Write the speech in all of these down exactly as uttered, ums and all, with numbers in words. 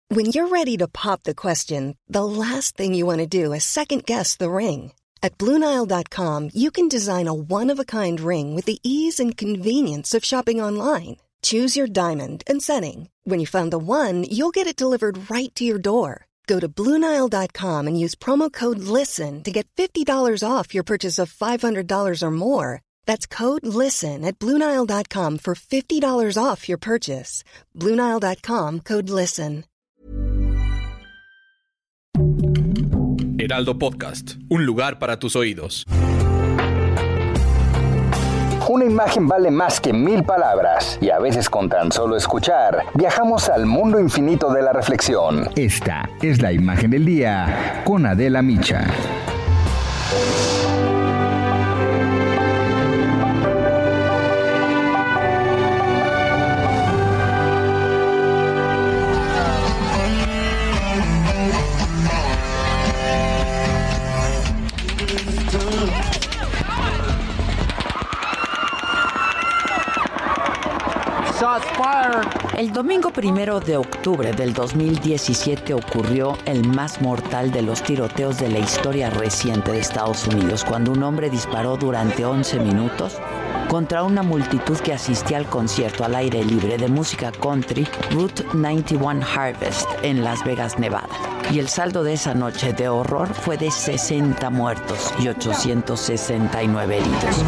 When you're ready to pop the question, the last thing you want to do is second-guess the ring. At Blue Nile dot com, you can design a one-of-a-kind ring with the ease and convenience of shopping online. Choose your diamond and setting. When you find the one, you'll get it delivered right to your door. Go to Blue Nile dot com and use promo code LISTEN to get fifty dollars off your purchase of five hundred dollars or more. That's code LISTEN at Blue Nile dot com for fifty dollars off your purchase. Blue Nile dot com, code LISTEN. Heraldo Podcast, un lugar para tus oídos. Una imagen vale más que mil palabras, y a veces con tan solo escuchar, viajamos al mundo infinito de la reflexión. Esta es la imagen del día con Adela Micha. El domingo primero de octubre del dos mil diecisiete ocurrió el más mortal de los tiroteos de la historia reciente de Estados Unidos, cuando un hombre disparó durante once minutos contra una multitud que asistía al concierto al aire libre de música country Route noventa y uno Harvest en Las Vegas, Nevada. Y el saldo de esa noche de horror fue de sesenta muertos y ochocientos sesenta y nueve heridos.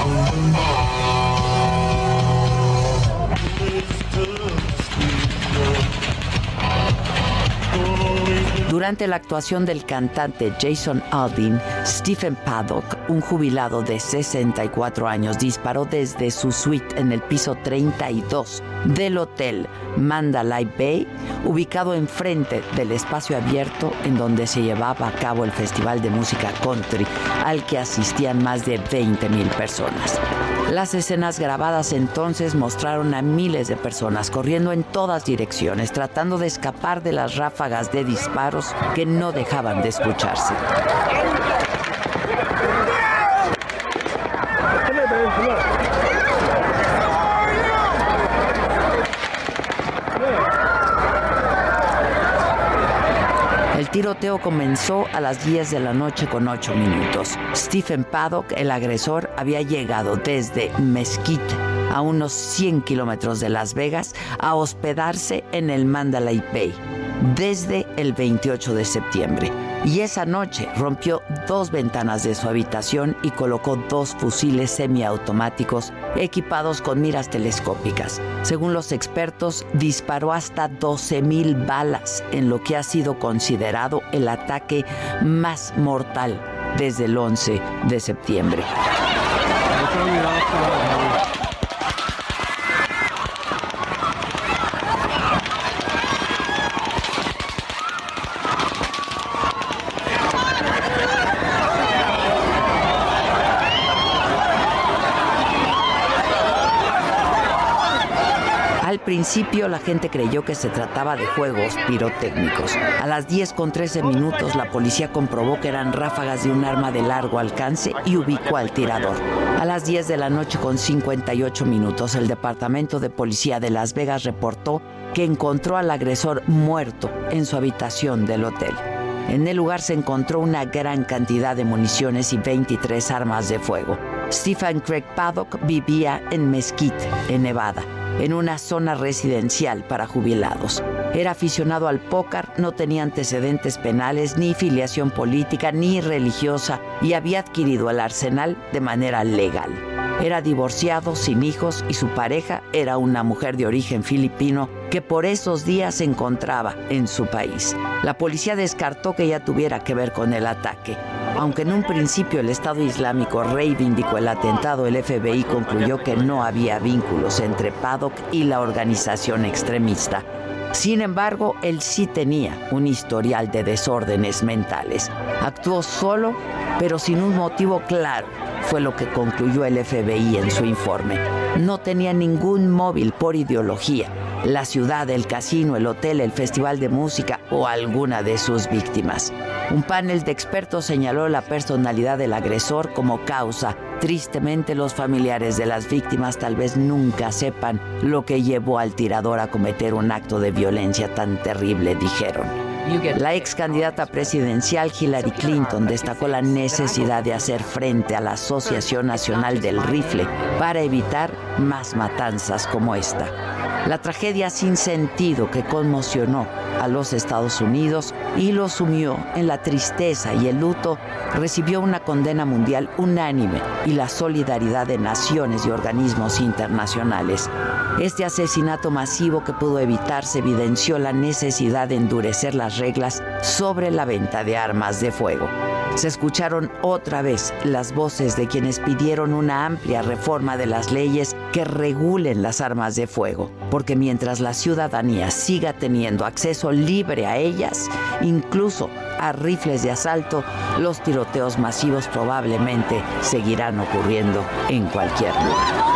Durante la actuación del cantante Jason Aldean, Stephen Paddock, un jubilado de sesenta y cuatro años, disparó desde su suite en el piso treinta y dos del hotel Mandalay Bay, ubicado enfrente del espacio abierto en donde se llevaba a cabo el Festival de Música Country, al que asistían más de veinte mil personas. Las escenas grabadas entonces mostraron a miles de personas corriendo en todas direcciones, tratando de escapar de las ráfagas de disparos que no dejaban de escucharse. El tiroteo comenzó a las diez de la noche con ocho minutos. Stephen Paddock, el agresor, había llegado desde Mesquite, a unos cien kilómetros de Las Vegas, a hospedarse en el Mandalay Bay desde el veintiocho de septiembre. Y esa noche rompió dos ventanas de su habitación y colocó dos fusiles semiautomáticos equipados con miras telescópicas. Según los expertos, disparó hasta doce mil balas en lo que ha sido considerado el ataque más mortal desde el once de septiembre. Al principio la gente creyó que se trataba de juegos pirotécnicos. A las diez con trece minutos la policía comprobó que eran ráfagas de un arma de largo alcance y ubicó al tirador. A las diez de la noche con cincuenta y ocho minutos el Departamento de Policía de Las Vegas reportó que encontró al agresor muerto en su habitación del hotel. En el lugar se encontró una gran cantidad de municiones y veintitrés armas de fuego. Stephen Craig Paddock vivía en Mesquite, en Nevada, en una zona residencial para jubilados. Era aficionado al póker, no tenía antecedentes penales, ni filiación política, ni religiosa, y había adquirido el arsenal de manera legal. Era divorciado, sin hijos, y su pareja era una mujer de origen filipino que por esos días se encontraba en su país. La policía descartó que ella tuviera que ver con el ataque. Aunque en un principio el Estado Islámico reivindicó el atentado, el F B I concluyó que no había vínculos entre Paddock y la organización extremista. Sin embargo, él sí tenía un historial de desórdenes mentales. Actuó solo, pero sin un motivo claro, fue lo que concluyó el F B I en su informe. No tenía ningún móvil por ideología la ciudad, el casino, el hotel, el festival de música o alguna de sus víctimas. Un panel de expertos señaló la personalidad del agresor como causa. Tristemente, los familiares de las víctimas tal vez nunca sepan lo que llevó al tirador a cometer un acto de violencia tan terrible, dijeron. La ex candidata presidencial Hillary Clinton destacó la necesidad de hacer frente a la Asociación Nacional del Rifle para evitar más matanzas como esta. La tragedia sin sentido que conmocionó a los Estados Unidos y lo sumió en la tristeza y el luto recibió una condena mundial unánime y la solidaridad de naciones y organismos internacionales. Este asesinato masivo que pudo evitarse evidenció la necesidad de endurecer las reglas sobre la venta de armas de fuego. Se escucharon otra vez las voces de quienes pidieron una amplia reforma de las leyes que regulen las armas de fuego, porque mientras la ciudadanía siga teniendo acceso libre a ellas, incluso a rifles de asalto, los tiroteos masivos probablemente seguirán ocurriendo en cualquier lugar.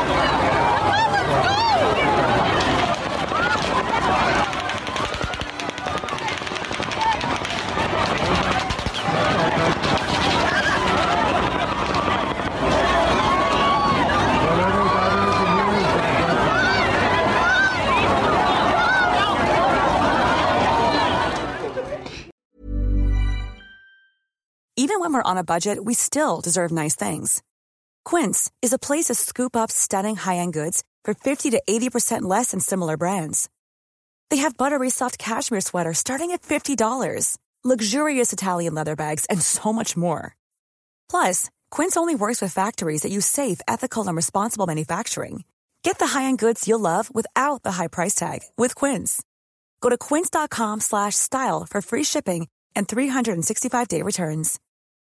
Even when we're on a budget, we still deserve nice things. Quince is a place to scoop up stunning high-end goods for fifty to eighty percent less than similar brands. They have buttery soft cashmere sweaters starting at fifty dollars, luxurious Italian leather bags, and so much more. Plus, Quince only works with factories that use safe, ethical, and responsible manufacturing. Get the high-end goods you'll love without the high price tag with Quince. Go to quince.com slash style for free shipping and three sixty-five day returns.